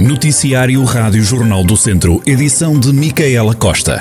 Noticiário Rádio Jornal do Centro, edição de Micaela Costa.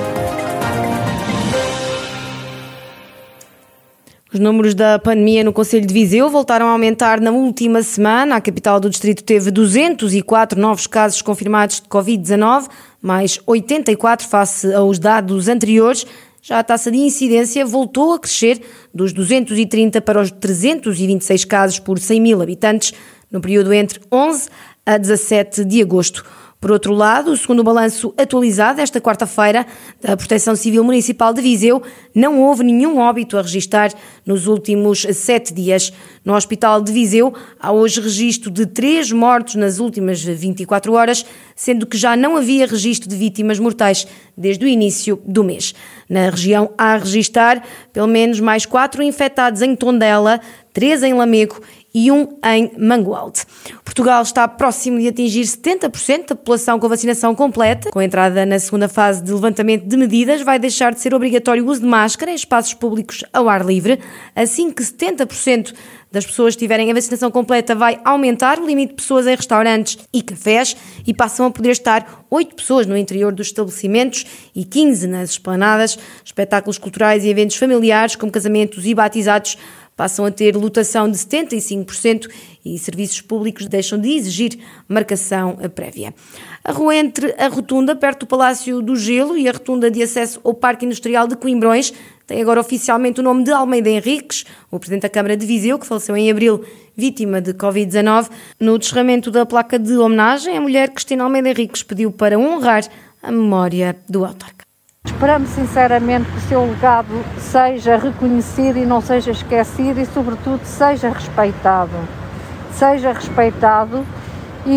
Os números da pandemia no concelho de Viseu voltaram a aumentar na última semana. A capital do distrito teve 204 novos casos confirmados de Covid-19, mais 84 face aos dados anteriores. Já a taxa de incidência voltou a crescer dos 230 para os 326 casos por 100 mil habitantes no período entre 11 a 17 de agosto. Por outro lado, segundo o balanço atualizado esta quarta-feira da Proteção Civil Municipal de Viseu, não houve nenhum óbito a registrar nos últimos 7 dias. No Hospital de Viseu há hoje registro de 3 mortos nas últimas 24 horas, sendo que já não havia registro de vítimas mortais desde o início do mês. Na região há a registrar pelo menos mais 4 infectados em Tondela, 3 em Lamego e 1 em Mangualde. Portugal está próximo de atingir 70% da população com vacinação completa. Com a entrada na segunda fase de levantamento de medidas, vai deixar de ser obrigatório o uso de máscara em espaços públicos ao ar livre. Assim que 70% das pessoas tiverem a vacinação completa, vai aumentar o limite de pessoas em restaurantes e cafés e passam a poder estar 8 pessoas no interior dos estabelecimentos e 15 nas esplanadas. Espetáculos culturais e eventos familiares, como casamentos e batizados, passam a ter lotação de 75% e serviços públicos deixam de exigir marcação prévia. A rua entre a rotunda, perto do Palácio do Gelo, e a rotunda de acesso ao Parque Industrial de Coimbrões tem agora oficialmente o nome de Almeida Henriques, o Presidente da Câmara de Viseu, que faleceu em abril, vítima de Covid-19. No descerramento da placa de homenagem, a mulher Cristina Almeida Henriques pediu para honrar a memória do autarca. Esperamos sinceramente que o seu legado seja reconhecido e não seja esquecido e, sobretudo, seja respeitado. Seja respeitado e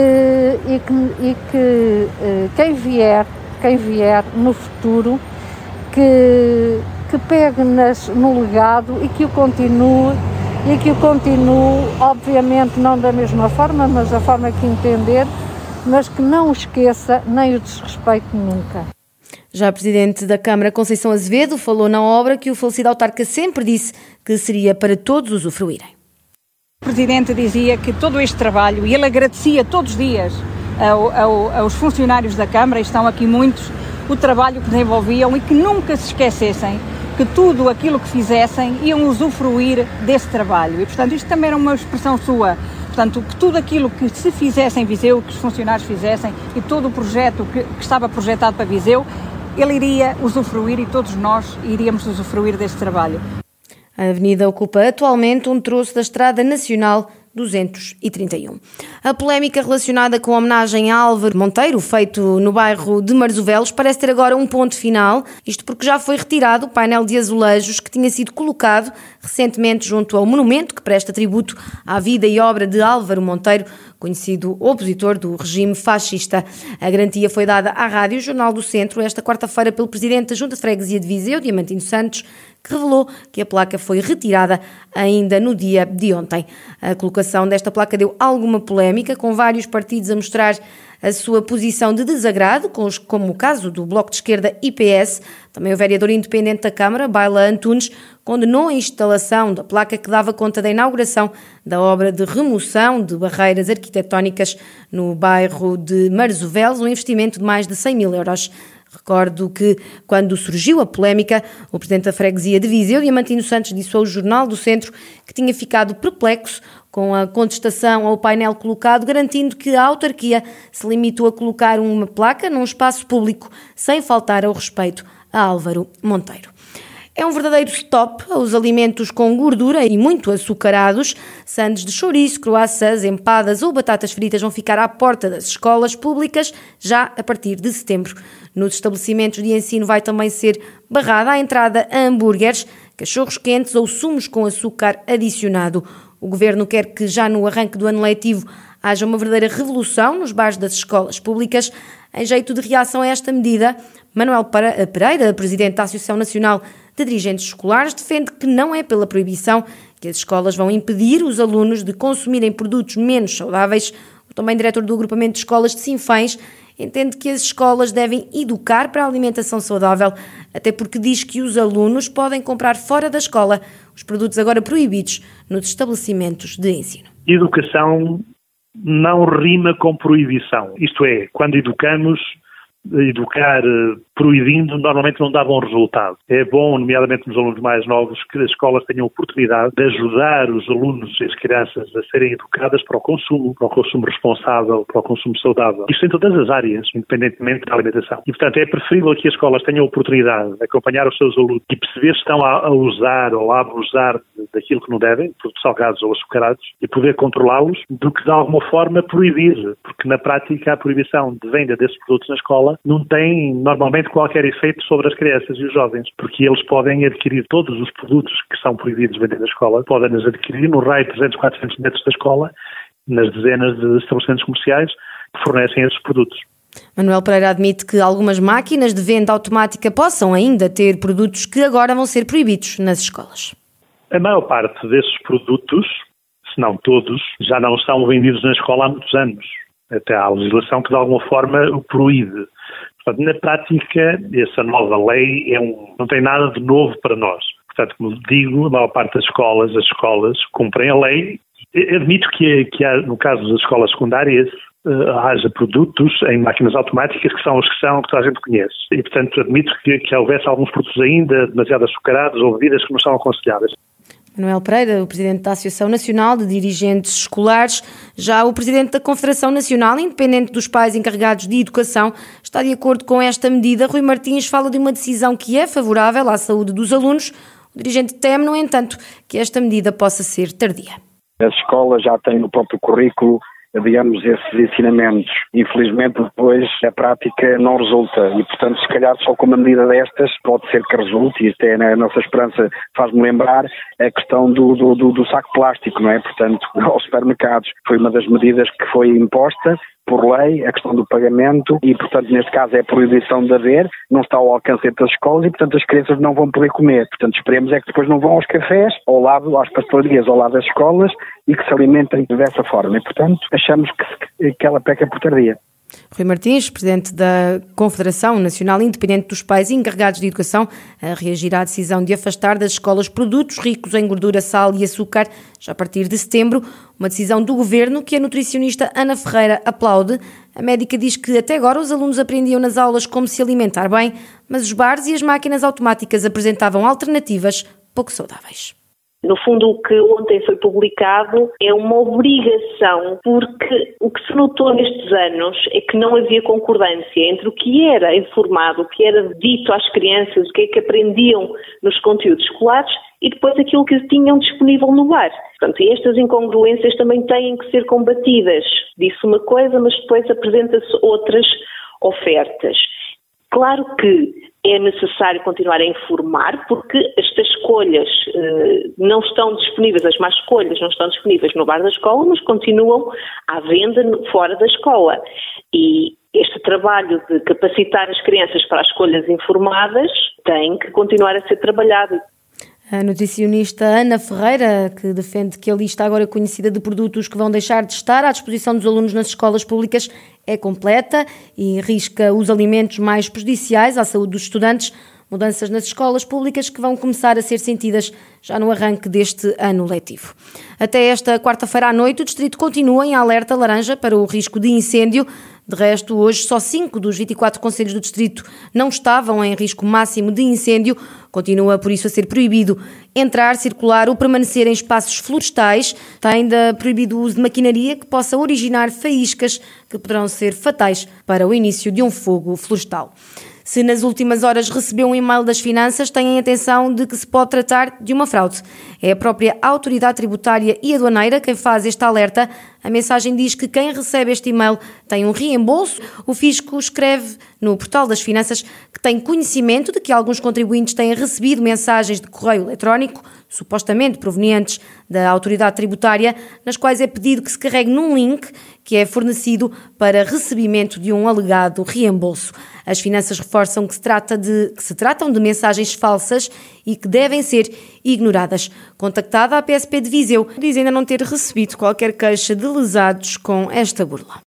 que quem vier no futuro que pegue no legado e que o continue, obviamente não da mesma forma, mas da forma que entender, mas que não o esqueça nem o desrespeite nunca. Já a Presidente da Câmara, Conceição Azevedo, falou na obra que o falecido autarca sempre disse que seria para todos usufruírem. O Presidente dizia que todo este trabalho, e ele agradecia todos os dias aos funcionários da Câmara, e estão aqui muitos, o trabalho que desenvolviam e que nunca se esquecessem que tudo aquilo que fizessem iam usufruir desse trabalho. E, portanto, isto também era uma expressão sua. Portanto, que tudo aquilo que se fizesse em Viseu, que os funcionários fizessem e todo o projeto que estava projetado para Viseu, ele iria usufruir e todos nós iríamos usufruir desse trabalho. A avenida ocupa atualmente um troço da Estrada Nacional 231. A polémica relacionada com a homenagem a Álvaro Monteiro, feito no bairro de Marzovelos, parece ter agora um ponto final, isto porque já foi retirado o painel de azulejos que tinha sido colocado recentemente junto ao monumento que presta tributo à vida e obra de Álvaro Monteiro, conhecido opositor do regime fascista. A garantia foi dada à Rádio Jornal do Centro esta quarta-feira pelo Presidente da Junta de Freguesia de Viseu, Diamantino Santos, que revelou que a placa foi retirada ainda no dia de ontem. A colocação desta placa deu alguma polémica, com vários partidos a mostrar a sua posição de desagrado, como o caso do Bloco de Esquerda e PS. Também o vereador independente da Câmara, Baila Antunes, condenou a instalação da placa que dava conta da inauguração da obra de remoção de barreiras arquitetónicas no bairro de Marzovelos, um investimento de mais de 100 mil euros. Recordo que, quando surgiu a polémica, o Presidente da Freguesia de Viseu, Diamantino Santos, disse ao Jornal do Centro que tinha ficado perplexo com a contestação ao painel colocado, garantindo que a autarquia se limitou a colocar uma placa num espaço público, sem faltar ao respeito a Álvaro Monteiro. É um verdadeiro stop aos alimentos com gordura e muito açucarados. Sandes de chouriço, croissants, empadas ou batatas fritas vão ficar à porta das escolas públicas já a partir de setembro. Nos estabelecimentos de ensino vai também ser barrada a entrada a hambúrgueres, cachorros quentes ou sumos com açúcar adicionado. O Governo quer que já no arranque do ano letivo haja uma verdadeira revolução nos bares das escolas públicas. Em jeito de reação a esta medida, Manuel Pereira, Presidente da Associação Nacional de Dirigentes Escolares, defende que não é pela proibição que as escolas vão impedir os alunos de consumirem produtos menos saudáveis. O também diretor do agrupamento de escolas de Sinfãs entende que as escolas devem educar para a alimentação saudável, até porque diz que os alunos podem comprar fora da escola os produtos agora proibidos nos estabelecimentos de ensino. Educação não rima com proibição. Isto é, quando educar proibindo normalmente não dá bom resultado. É bom, nomeadamente nos alunos mais novos, que as escolas tenham a oportunidade de ajudar os alunos e as crianças a serem educadas para o consumo responsável, para o consumo saudável. Isto em todas as áreas, independentemente da alimentação. E, portanto, é preferível que as escolas tenham a oportunidade de acompanhar os seus alunos e perceber se estão a usar ou a abusar daquilo que não devem, produtos salgados ou açucarados, e poder controlá-los, do que de alguma forma proibir, porque na prática a proibição de venda desses produtos na escola não tem normalmente qualquer efeito sobre as crianças e os jovens, porque eles podem adquirir todos os produtos que são proibidos de vender na escola, podem-nos adquirir no raio de 300, 400 metros da escola, nas dezenas de estabelecimentos comerciais que fornecem esses produtos. Manuel Pereira admite que algumas máquinas de venda automática possam ainda ter produtos que agora vão ser proibidos nas escolas. A maior parte desses produtos, se não todos, já não são vendidos na escola há muitos anos. Até há a legislação que de alguma forma o proíbe. Portanto, na prática, essa nova lei não tem nada de novo para nós. Portanto, como digo, a maior parte das escolas, cumprem a lei. Admito que há, no caso das escolas secundárias, haja produtos em máquinas automáticas que são os que toda a gente conhece. E, portanto, admito que houvesse alguns produtos ainda demasiado açucarados ou bebidas que não são aconselháveis. Manuel Pereira, o presidente da Associação Nacional de Dirigentes Escolares. Já o presidente da Confederação Nacional Independente dos Pais Encarregados de Educação está de acordo com esta medida. Rui Martins fala de uma decisão que é favorável à saúde dos alunos. O dirigente teme, no entanto, que esta medida possa ser tardia. As escolas já têm no próprio currículo, digamos, esses ensinamentos. Infelizmente, depois, a prática não resulta e, portanto, se calhar só com uma medida destas pode ser que resulte, e até a nossa esperança faz-me lembrar a questão do saco plástico, não é? Portanto, aos supermercados foi uma das medidas que foi imposta por lei, a questão do pagamento e, portanto, neste caso é a proibição de haver, não está ao alcance das escolas e, portanto, as crianças não vão poder comer. Portanto, esperemos é que depois não vão aos cafés, ao lado, às pastelarias, ao lado das escolas e que se alimentem dessa forma. E, portanto, achamos que ela peca por tardia. Rui Martins, presidente da Confederação Nacional Independente dos Pais Encarregados de Educação, a reagir à decisão de afastar das escolas produtos ricos em gordura, sal e açúcar já a partir de setembro, uma decisão do governo que a nutricionista Ana Ferreira aplaude. A médica diz que até agora os alunos aprendiam nas aulas como se alimentar bem, mas os bares e as máquinas automáticas apresentavam alternativas pouco saudáveis. No fundo, o que ontem foi publicado é uma obrigação, porque o que se notou nestes anos é que não havia concordância entre o que era informado, o que era dito às crianças, o que é que aprendiam nos conteúdos escolares e depois aquilo que tinham disponível no bar. Portanto, e estas incongruências também têm que ser combatidas. Disse uma coisa, mas depois apresenta-se outras ofertas. Claro que é necessário continuar a informar, porque estas escolhas não estão disponíveis, as más escolhas não estão disponíveis no bar da escola, mas continuam à venda fora da escola. E este trabalho de capacitar as crianças para as escolhas informadas tem que continuar a ser trabalhado. A nutricionista Ana Ferreira, que defende que a lista agora conhecida de produtos que vão deixar de estar à disposição dos alunos nas escolas públicas é completa e risca os alimentos mais prejudiciais à saúde dos estudantes, mudanças nas escolas públicas que vão começar a ser sentidas já no arranque deste ano letivo. Até esta quarta-feira à noite, o distrito continua em alerta laranja para o risco de incêndio. De resto, hoje só 5 dos 24 concelhos do distrito não estavam em risco máximo de incêndio. Continua, por isso, a ser proibido entrar, circular ou permanecer em espaços florestais. Está ainda proibido o uso de maquinaria que possa originar faíscas que poderão ser fatais para o início de um fogo florestal. Se nas últimas horas recebeu um e-mail das finanças, tenham atenção de que se pode tratar de uma fraude. É a própria Autoridade Tributária e Aduaneira quem faz este alerta. A mensagem diz que quem recebe este e-mail tem um reembolso. O Fisco escreve no portal das finanças que tem conhecimento de que alguns contribuintes têm recebido mensagens de correio eletrónico, supostamente provenientes da Autoridade Tributária, nas quais é pedido que se carregue num link que é fornecido para recebimento de um alegado reembolso. As finanças reforçam que se tratam de mensagens falsas e que devem ser ignoradas. Contactada a PSP de Viseu, diz ainda não ter recebido qualquer queixa de lesados com esta burla.